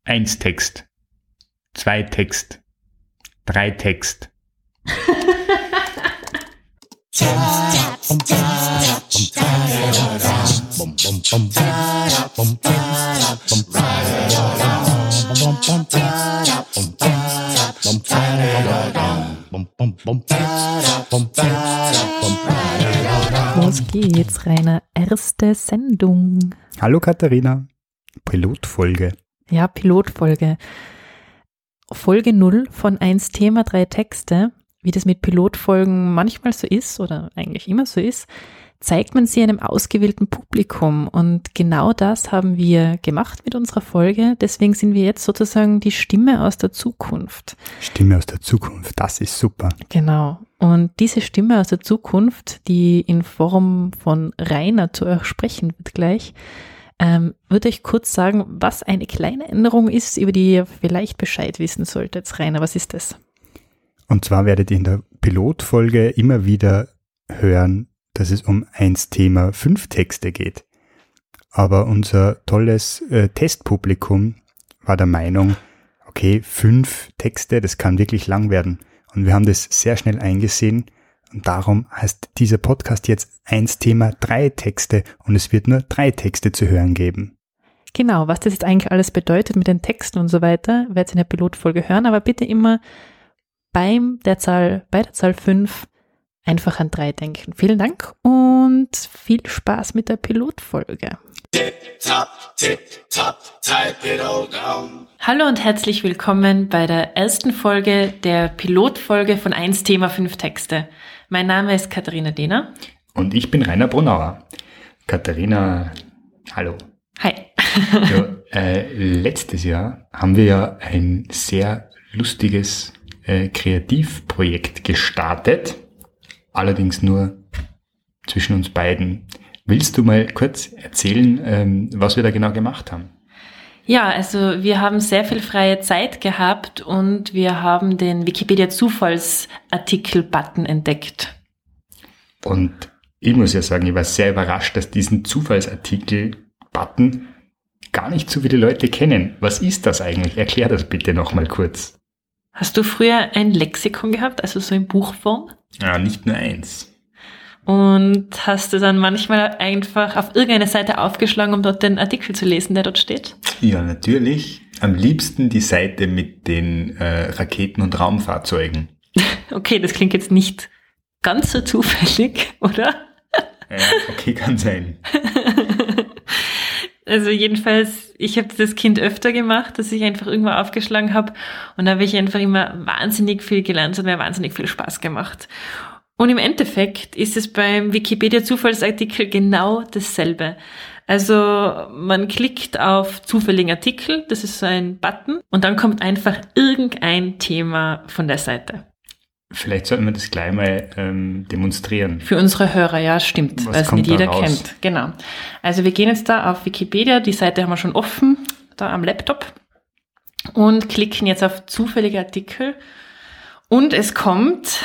1 Text, 2 Text, 3 Text. Los geht's, Rainer. Erste Sendung. Hallo Katharina. Pilotfolge. Ja, Pilotfolge. Folge 0 von 1 Thema, 3 Texte. Wie das mit Pilotfolgen manchmal so ist oder eigentlich immer so ist, zeigt man sie einem ausgewählten Publikum. Und genau das haben wir gemacht mit unserer Folge. Deswegen sind wir jetzt sozusagen die Stimme aus der Zukunft. Stimme aus der Zukunft, das ist super. Genau. Und diese Stimme aus der Zukunft, die in Form von Rainer zu euch sprechen wird gleich, würde ich kurz sagen, was eine kleine Änderung ist, über die ihr vielleicht Bescheid wissen solltet. Rainer, was ist das? Und zwar werdet ihr in der Pilotfolge immer wieder hören, dass es um 1 Thema 5 Texte geht. Aber unser tolles Testpublikum war der Meinung, okay, 5 Texte, das kann wirklich lang werden. Und wir haben das sehr schnell eingesehen. Und darum heißt dieser Podcast jetzt 1 Thema 3 Texte und es wird nur 3 Texte zu hören geben. Genau, was das jetzt eigentlich alles bedeutet mit den Texten und so weiter, werdet ihr in der Pilotfolge hören, aber bitte immer bei der Zahl 5 einfach an 3 denken. Vielen Dank und viel Spaß mit der Pilotfolge. Hallo und herzlich willkommen bei der ersten Folge der Pilotfolge von 1 Thema 5 Texte. Mein Name ist Katharina Dehner. Und ich bin Rainer Brunauer. Katharina, hallo. Hi. Letztes Jahr haben wir ja ein sehr lustiges Kreativprojekt gestartet, allerdings nur zwischen uns beiden. Willst du mal kurz erzählen, was wir da genau gemacht haben? Ja, also wir haben sehr viel freie Zeit gehabt und wir haben den Wikipedia-Zufallsartikel-Button entdeckt. Und ich muss ja sagen, ich war sehr überrascht, dass diesen Zufallsartikel-Button gar nicht so viele Leute kennen. Was ist das eigentlich? Erklär das bitte nochmal kurz. Hast du früher ein Lexikon gehabt, also so in Buchform? Ja, nicht nur 1. Und hast du dann manchmal einfach auf irgendeine Seite aufgeschlagen, um dort den Artikel zu lesen, der dort steht? Ja, natürlich. Am liebsten die Seite mit den Raketen- und Raumfahrzeugen. Okay, das klingt jetzt nicht ganz so zufällig, oder? Ja, okay, kann sein. Also jedenfalls, ich habe das Kind öfter gemacht, dass ich einfach irgendwo aufgeschlagen habe und da habe ich einfach immer wahnsinnig viel gelernt und mir wahnsinnig viel Spaß gemacht. Und im Endeffekt ist es beim Wikipedia-Zufallsartikel genau dasselbe. Also man klickt auf zufälligen Artikel, das ist so ein Button, und dann kommt einfach irgendein Thema von der Seite. Vielleicht sollten wir das gleich mal demonstrieren. Für unsere Hörer, ja, stimmt, weil es nicht jeder kennt. Genau. Also wir gehen jetzt da auf Wikipedia, die Seite haben wir schon offen, da am Laptop, und klicken jetzt auf zufällige Artikel. Und es kommt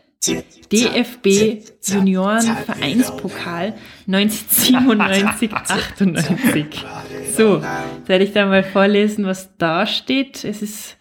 DFB Junioren-Vereiinspokal 1997-98. So, soll ich da mal vorlesen, was da steht? Es ist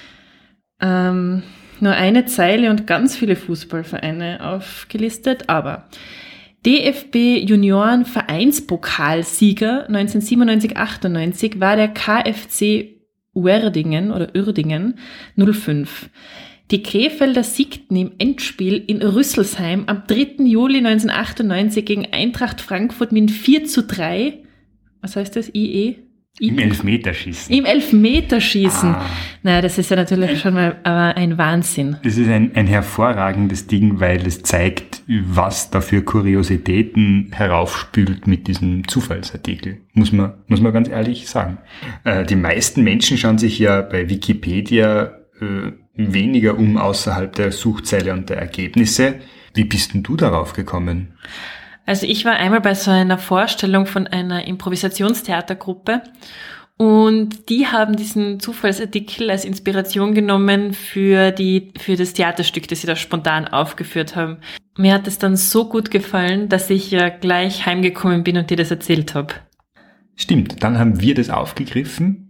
nur eine Zeile und ganz viele Fußballvereine aufgelistet, aber DFB Junioren-Vereinspokalsieger 1997-98 war der KFC Uerdingen 05. Die Krefelder siegten im Endspiel in Rüsselsheim am 3. Juli 1998 gegen Eintracht Frankfurt mit 4:3. Was heißt das? Im Elfmeterschießen. Im Elfmeterschießen. Naja, das ist ja natürlich schon mal ein Wahnsinn. Das ist ein hervorragendes Ding, weil es zeigt, was da für Kuriositäten heraufspült mit diesem Zufallsartikel. Muss man ganz ehrlich sagen. Die meisten Menschen schauen sich ja bei Wikipedia weniger außerhalb der Suchzeile und der Ergebnisse. Wie bist denn du darauf gekommen? Also ich war einmal bei so einer Vorstellung von einer Improvisationstheatergruppe und die haben diesen Zufallsartikel als Inspiration genommen für das Theaterstück, das sie da spontan aufgeführt haben. Mir hat es dann so gut gefallen, dass ich ja gleich heimgekommen bin und dir das erzählt habe. Stimmt, dann haben wir das aufgegriffen. Ja.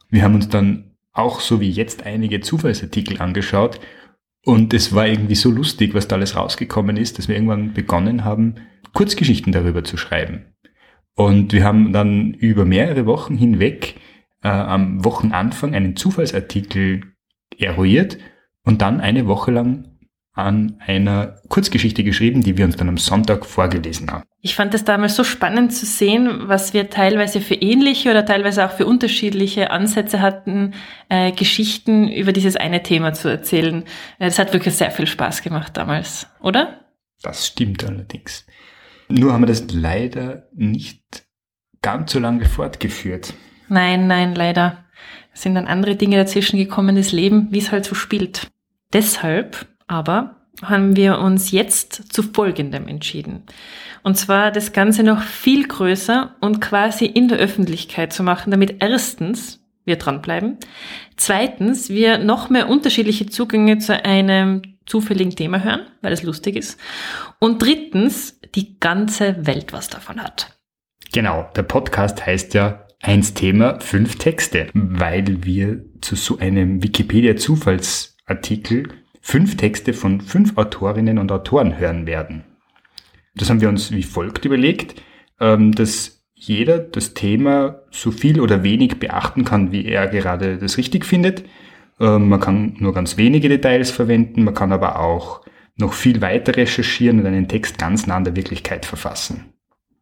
Wir haben uns dann auch so wie jetzt einige Zufallsartikel angeschaut und es war irgendwie so lustig, was da alles rausgekommen ist, dass wir irgendwann begonnen haben, Kurzgeschichten darüber zu schreiben. Und wir haben dann über mehrere Wochen hinweg am Wochenanfang einen Zufallsartikel eruiert und dann eine Woche lang an einer Kurzgeschichte geschrieben, die wir uns dann am Sonntag vorgelesen haben. Ich fand es damals so spannend zu sehen, was wir teilweise für ähnliche oder teilweise auch für unterschiedliche Ansätze hatten, Geschichten über dieses eine Thema zu erzählen. Das hat wirklich sehr viel Spaß gemacht damals, oder? Das stimmt allerdings. Nur haben wir das leider nicht ganz so lange fortgeführt. Nein, leider. Es sind dann andere Dinge dazwischen gekommen, das Leben, wie es halt so spielt. Deshalb aber haben wir uns jetzt zu Folgendem entschieden. Und zwar das Ganze noch viel größer und quasi in der Öffentlichkeit zu machen, damit erstens wir dranbleiben, zweitens wir noch mehr unterschiedliche Zugänge zu einem zufälligen Thema hören, weil es lustig ist, und drittens die ganze Welt was davon hat. Genau, der Podcast heißt ja 1 Thema, 5 Texte, weil wir zu so einem Wikipedia-Zufallsartikel 5 Texte von 5 Autorinnen und Autoren hören werden. Das haben wir uns wie folgt überlegt, dass jeder das Thema so viel oder wenig beachten kann, wie er gerade das richtig findet. Man kann nur ganz wenige Details verwenden, man kann aber auch noch viel weiter recherchieren und einen Text ganz nah an der Wirklichkeit verfassen.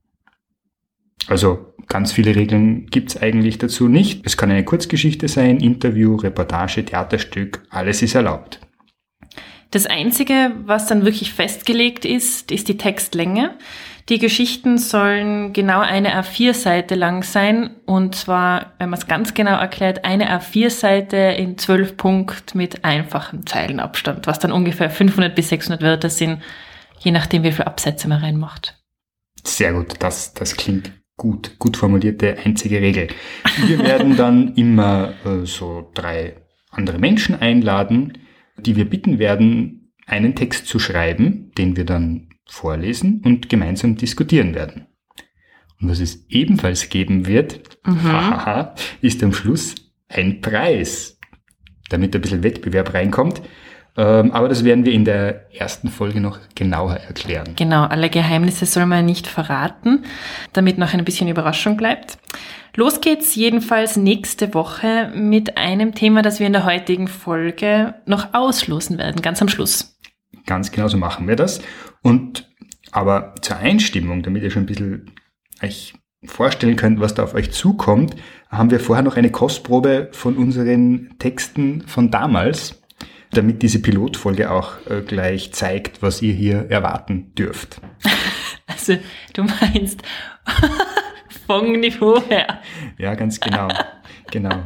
Also ganz viele Regeln gibt's eigentlich dazu nicht. Es kann eine Kurzgeschichte sein, Interview, Reportage, Theaterstück, alles ist erlaubt. Das Einzige, was dann wirklich festgelegt ist die Textlänge. Die Geschichten sollen genau eine A4-Seite lang sein und zwar, wenn man es ganz genau erklärt, eine A4-Seite in 12 Punkten mit einfachem Zeilenabstand, was dann ungefähr 500 bis 600 Wörter sind, je nachdem, wie viele Absätze man reinmacht. Sehr gut, das klingt gut formulierte einzige Regel. Wir werden dann immer so 3 andere Menschen einladen, die wir bitten werden, einen Text zu schreiben, den wir dann vorlesen und gemeinsam diskutieren werden. Und was es ebenfalls geben wird, ist am Schluss ein Preis, damit ein bisschen Wettbewerb reinkommt. Aber das werden wir in der ersten Folge noch genauer erklären. Genau, alle Geheimnisse soll man nicht verraten, damit noch ein bisschen Überraschung bleibt. Los geht's jedenfalls nächste Woche mit einem Thema, das wir in der heutigen Folge noch auslosen werden, ganz am Schluss. Ganz genau so machen wir das. Aber zur Einstimmung, damit ihr schon ein bisschen euch vorstellen könnt, was da auf euch zukommt, haben wir vorher noch eine Kostprobe von unseren Texten von damals, damit diese Pilotfolge auch gleich zeigt, was ihr hier erwarten dürft. Also du meinst vom Niveau her. Ja, ganz genau. Genau.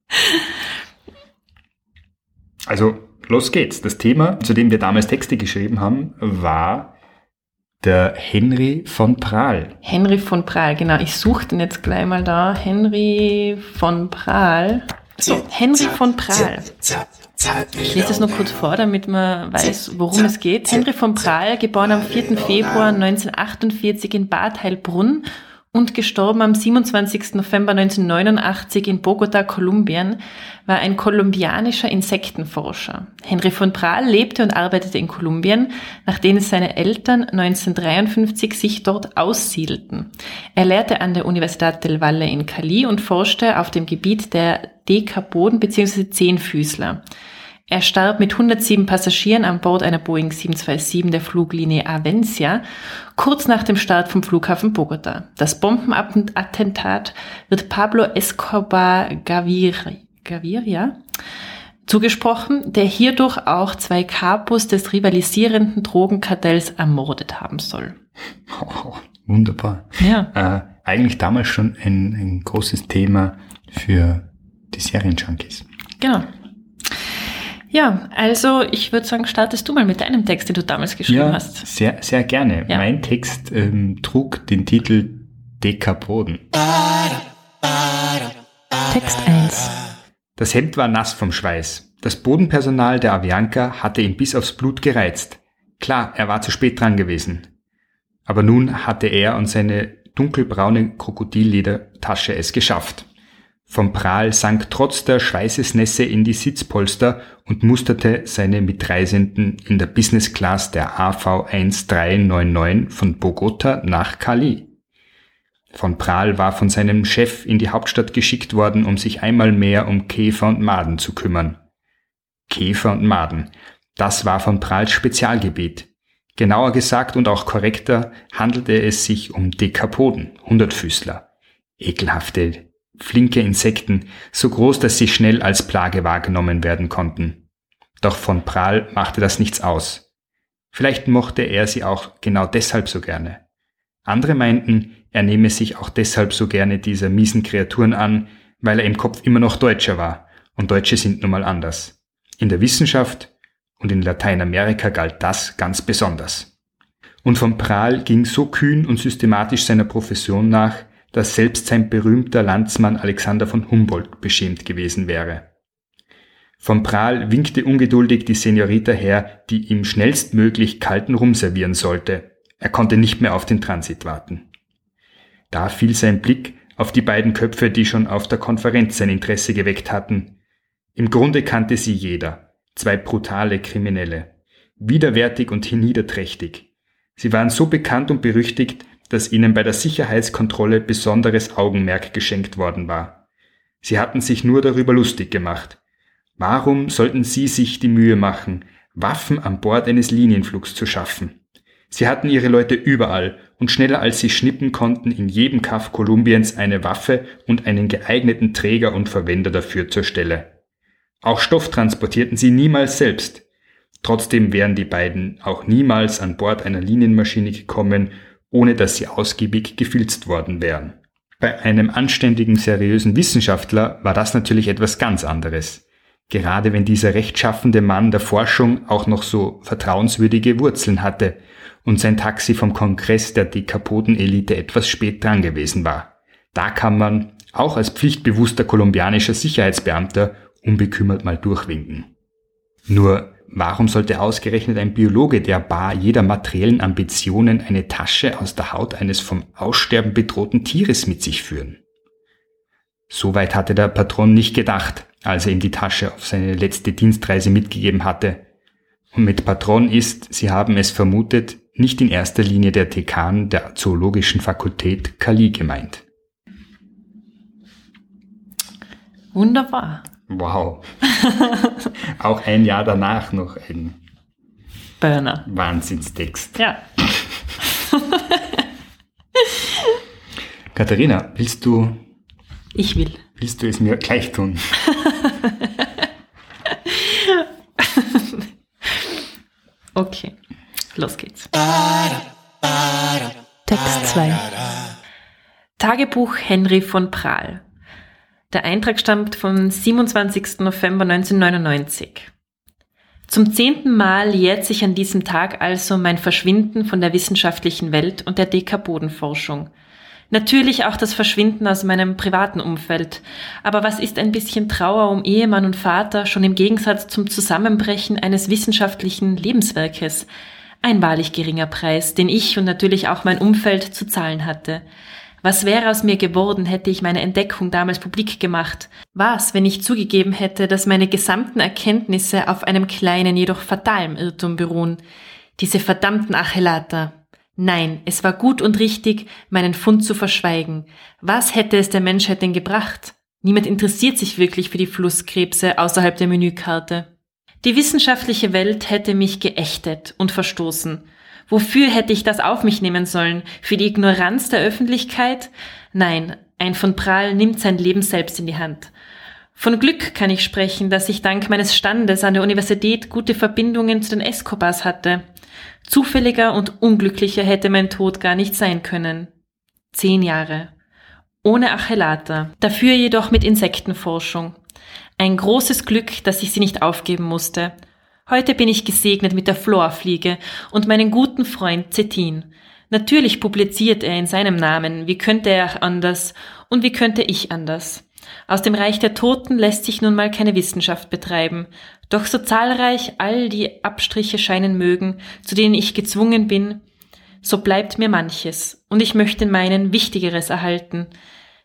Also los geht's. Das Thema, zu dem wir damals Texte geschrieben haben, war der Henry von Prahl. Henry von Prahl, genau. Ich suche den jetzt gleich mal da. Henry von Prahl. So, Henry von Prahl. Ich lese das nur kurz vor, damit man weiß, worum es geht. Henry von Prahl, geboren am 4. Februar 1948 in Bad Heilbrunn und gestorben am 27. November 1989 in Bogota, Kolumbien, war ein kolumbianischer Insektenforscher. Henry von Prahl lebte und arbeitete in Kolumbien, nachdem seine Eltern 1953 sich dort aussiedelten. Er lehrte an der Universidad del Valle in Cali und forschte auf dem Gebiet der Dekapoden bzw. Zehnfüßler. Er starb mit 107 Passagieren an Bord einer Boeing 727 der Fluglinie Avensia, kurz nach dem Start vom Flughafen Bogota. Das Bombenattentat wird Pablo Escobar Gaviria zugesprochen, der hierdurch auch 2 Kapos des rivalisierenden Drogenkartells ermordet haben soll. Oh, wunderbar. Ja. Eigentlich damals schon ein großes Thema für die Serienjunkies. Genau. Ja, also ich würde sagen, startest du mal mit deinem Text, den du damals geschrieben hast. Sehr, sehr gerne. Ja. Mein Text trug den Titel Dekapoden. Text 1. Das Hemd war nass vom Schweiß. Das Bodenpersonal der Avianca hatte ihn bis aufs Blut gereizt. Klar, er war zu spät dran gewesen. Aber nun hatte er und seine dunkelbraune Krokodilledertasche es geschafft. Von Prahl sank trotz der Schweißesnässe in die Sitzpolster und musterte seine Mitreisenden in der Business Class der AV 1399 von Bogota nach Cali. Von Prahl war von seinem Chef in die Hauptstadt geschickt worden, um sich einmal mehr um Käfer und Maden zu kümmern. Käfer und Maden, das war von Prahls Spezialgebiet. Genauer gesagt und auch korrekter handelte es sich um Dekapoden, Hundertfüßler. Ekelhafte, flinke Insekten, so groß, dass sie schnell als Plage wahrgenommen werden konnten. Doch von Prahl machte das nichts aus. Vielleicht mochte er sie auch genau deshalb so gerne. Andere meinten, er nehme sich auch deshalb so gerne dieser miesen Kreaturen an, weil er im Kopf immer noch Deutscher war, und Deutsche sind nun mal anders. In der Wissenschaft und in Lateinamerika galt das ganz besonders. Und von Prahl ging so kühn und systematisch seiner Profession nach, dass selbst sein berühmter Landsmann Alexander von Humboldt beschämt gewesen wäre. Von Prahl winkte ungeduldig die Senorita her, die ihm schnellstmöglich kalten Rum servieren sollte. Er konnte nicht mehr auf den Transit warten. Da fiel sein Blick auf die beiden Köpfe, die schon auf der Konferenz sein Interesse geweckt hatten. Im Grunde kannte sie jeder. 2 brutale Kriminelle. Widerwärtig und niederträchtig. Sie waren so bekannt und berüchtigt, dass ihnen bei der Sicherheitskontrolle besonderes Augenmerk geschenkt worden war. Sie hatten sich nur darüber lustig gemacht. Warum sollten sie sich die Mühe machen, Waffen an Bord eines Linienflugs zu schaffen? Sie hatten ihre Leute überall und schneller als sie schnippen konnten in jedem Kaff Kolumbiens eine Waffe und einen geeigneten Träger und Verwender dafür zur Stelle. Auch Stoff transportierten sie niemals selbst. Trotzdem wären die beiden auch niemals an Bord einer Linienmaschine gekommen, ohne dass sie ausgiebig gefilzt worden wären. Bei einem anständigen, seriösen Wissenschaftler war das natürlich etwas ganz anderes. Gerade wenn dieser rechtschaffende Mann der Forschung auch noch so vertrauenswürdige Wurzeln hatte und sein Taxi vom Kongress der Dekapoden-Elite etwas spät dran gewesen war. Da kann man, auch als pflichtbewusster kolumbianischer Sicherheitsbeamter, unbekümmert mal durchwinken. Nur, warum sollte ausgerechnet ein Biologe, der bar jeder materiellen Ambitionen, eine Tasche aus der Haut eines vom Aussterben bedrohten Tieres mit sich führen? Soweit hatte der Patron nicht gedacht, als er ihm die Tasche auf seine letzte Dienstreise mitgegeben hatte. Und mit Patron ist, Sie haben es vermutet, nicht in erster Linie der Dekan der Zoologischen Fakultät Cali gemeint. Wunderbar. Wow. Auch ein Jahr danach noch ein Burner. Wahnsinnstext. Ja. Katharina, willst du es mir gleich tun? Okay, los geht's. Text 2. Tagebuch Henry von Prahl. Der Eintrag stammt vom 27. November 1999. Zum 10. Mal jährt sich an diesem Tag also mein Verschwinden von der wissenschaftlichen Welt und der Dekapodenforschung. Natürlich auch das Verschwinden aus meinem privaten Umfeld. Aber was ist ein bisschen Trauer um Ehemann und Vater schon im Gegensatz zum Zusammenbrechen eines wissenschaftlichen Lebenswerkes? Ein wahrlich geringer Preis, den ich und natürlich auch mein Umfeld zu zahlen hatte. Was wäre aus mir geworden, hätte ich meine Entdeckung damals publik gemacht? Was, wenn ich zugegeben hätte, dass meine gesamten Erkenntnisse auf einem kleinen, jedoch fatalen Irrtum beruhen? Diese verdammten Achelater. Nein, es war gut und richtig, meinen Fund zu verschweigen. Was hätte es der Menschheit denn gebracht? Niemand interessiert sich wirklich für die Flusskrebse außerhalb der Menükarte. Die wissenschaftliche Welt hätte mich geächtet und verstoßen. Wofür hätte ich das auf mich nehmen sollen? Für die Ignoranz der Öffentlichkeit? Nein, ein von Prahl nimmt sein Leben selbst in die Hand. Von Glück kann ich sprechen, dass ich dank meines Standes an der Universität gute Verbindungen zu den Escobars hatte. Zufälliger und unglücklicher hätte mein Tod gar nicht sein können. 10 Jahre. Ohne Achelater. Dafür jedoch mit Insektenforschung. Ein großes Glück, dass ich sie nicht aufgeben musste. Heute bin ich gesegnet mit der Florfliege und meinen guten Freund Cetin. Natürlich publiziert er in seinem Namen. Wie könnte er auch anders? Und wie könnte ich anders? Aus dem Reich der Toten lässt sich nun mal keine Wissenschaft betreiben. Doch so zahlreich all die Abstriche scheinen mögen, zu denen ich gezwungen bin, so bleibt mir manches. Und ich möchte meinen Wichtigeres erhalten.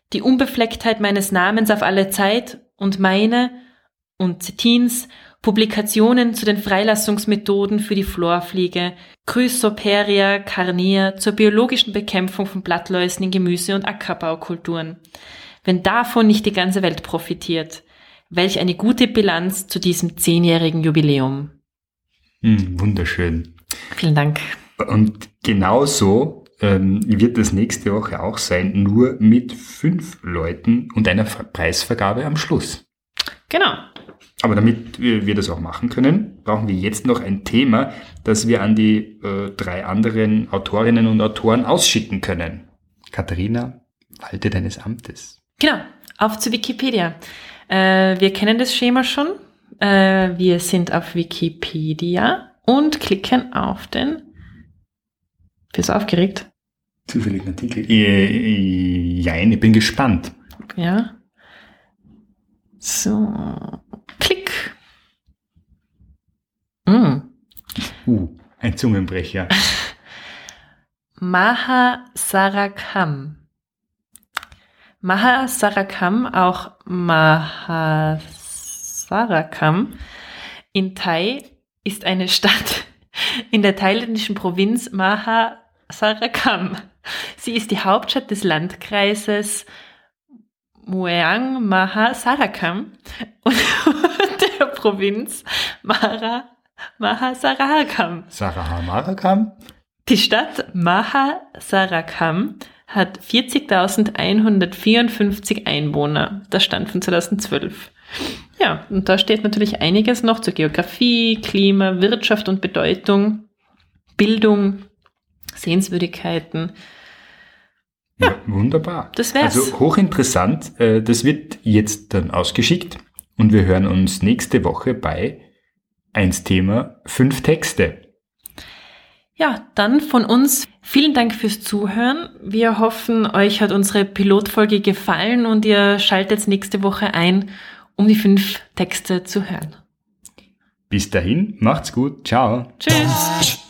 die Unbeflecktheit meines Namens auf alle Zeit und meine und Cettins Publikationen zu den Freilassungsmethoden für die Florfliege, Chrysoperia carnea zur biologischen Bekämpfung von Blattläusen in Gemüse- und Ackerbaukulturen. Wenn davon nicht die ganze Welt profitiert, welch eine gute Bilanz zu diesem 10-jährigen Jubiläum. Wunderschön. Vielen Dank. Und genauso wird das nächste Woche auch sein, nur mit 5 Leuten und einer Preisvergabe am Schluss. Genau. Aber damit wir das auch machen können, brauchen wir jetzt noch ein Thema, das wir an die 3 anderen Autorinnen und Autoren ausschicken können. Katharina, walte deines Amtes. Genau, auf zu Wikipedia. Wir kennen das Schema schon. Wir sind auf Wikipedia und klicken auf den... Bist du aufgeregt? Zufälligen Artikel. Jein, ich bin gespannt. Ja. So. Klick. Ein Zungenbrecher. Mahasarakam. Mahasarakam, auch Mahasarakam, in Thai ist eine Stadt in der thailändischen Provinz Mahasarakam. Sie ist die Hauptstadt des Landkreises Mueang Mahasarakam und der Provinz Mahasarakam. Mahasarakam? Die Stadt Mahasarakam hat 40.154 Einwohner. Das stand von 2012. Ja, und da steht natürlich einiges noch zur Geografie, Klima, Wirtschaft und Bedeutung, Bildung, Sehenswürdigkeiten. Ja, wunderbar. Das wär's. Also hochinteressant. Das wird jetzt dann ausgeschickt und wir hören uns nächste Woche bei 1 Thema, 5 Texte. Ja, dann von uns vielen Dank fürs Zuhören. Wir hoffen, euch hat unsere Pilotfolge gefallen und ihr schaltet nächste Woche ein, um die 5 Texte zu hören. Bis dahin, macht's gut. Ciao. Tschüss.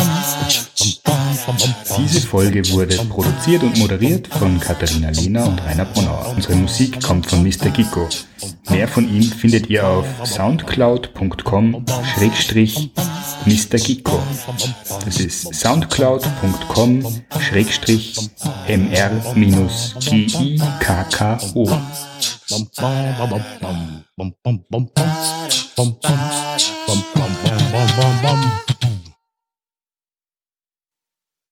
Diese Folge wurde produziert und moderiert von Katharina Lehner und Rainer Brunauer. Unsere Musik kommt von Mr. Gicko. Mehr von ihm findet ihr auf soundcloud.com/Mr. Gicko. Das ist soundcloud.com/MR-GIKKO. Bum bum bum bum bum bum bum bum bum bum bum bum bum.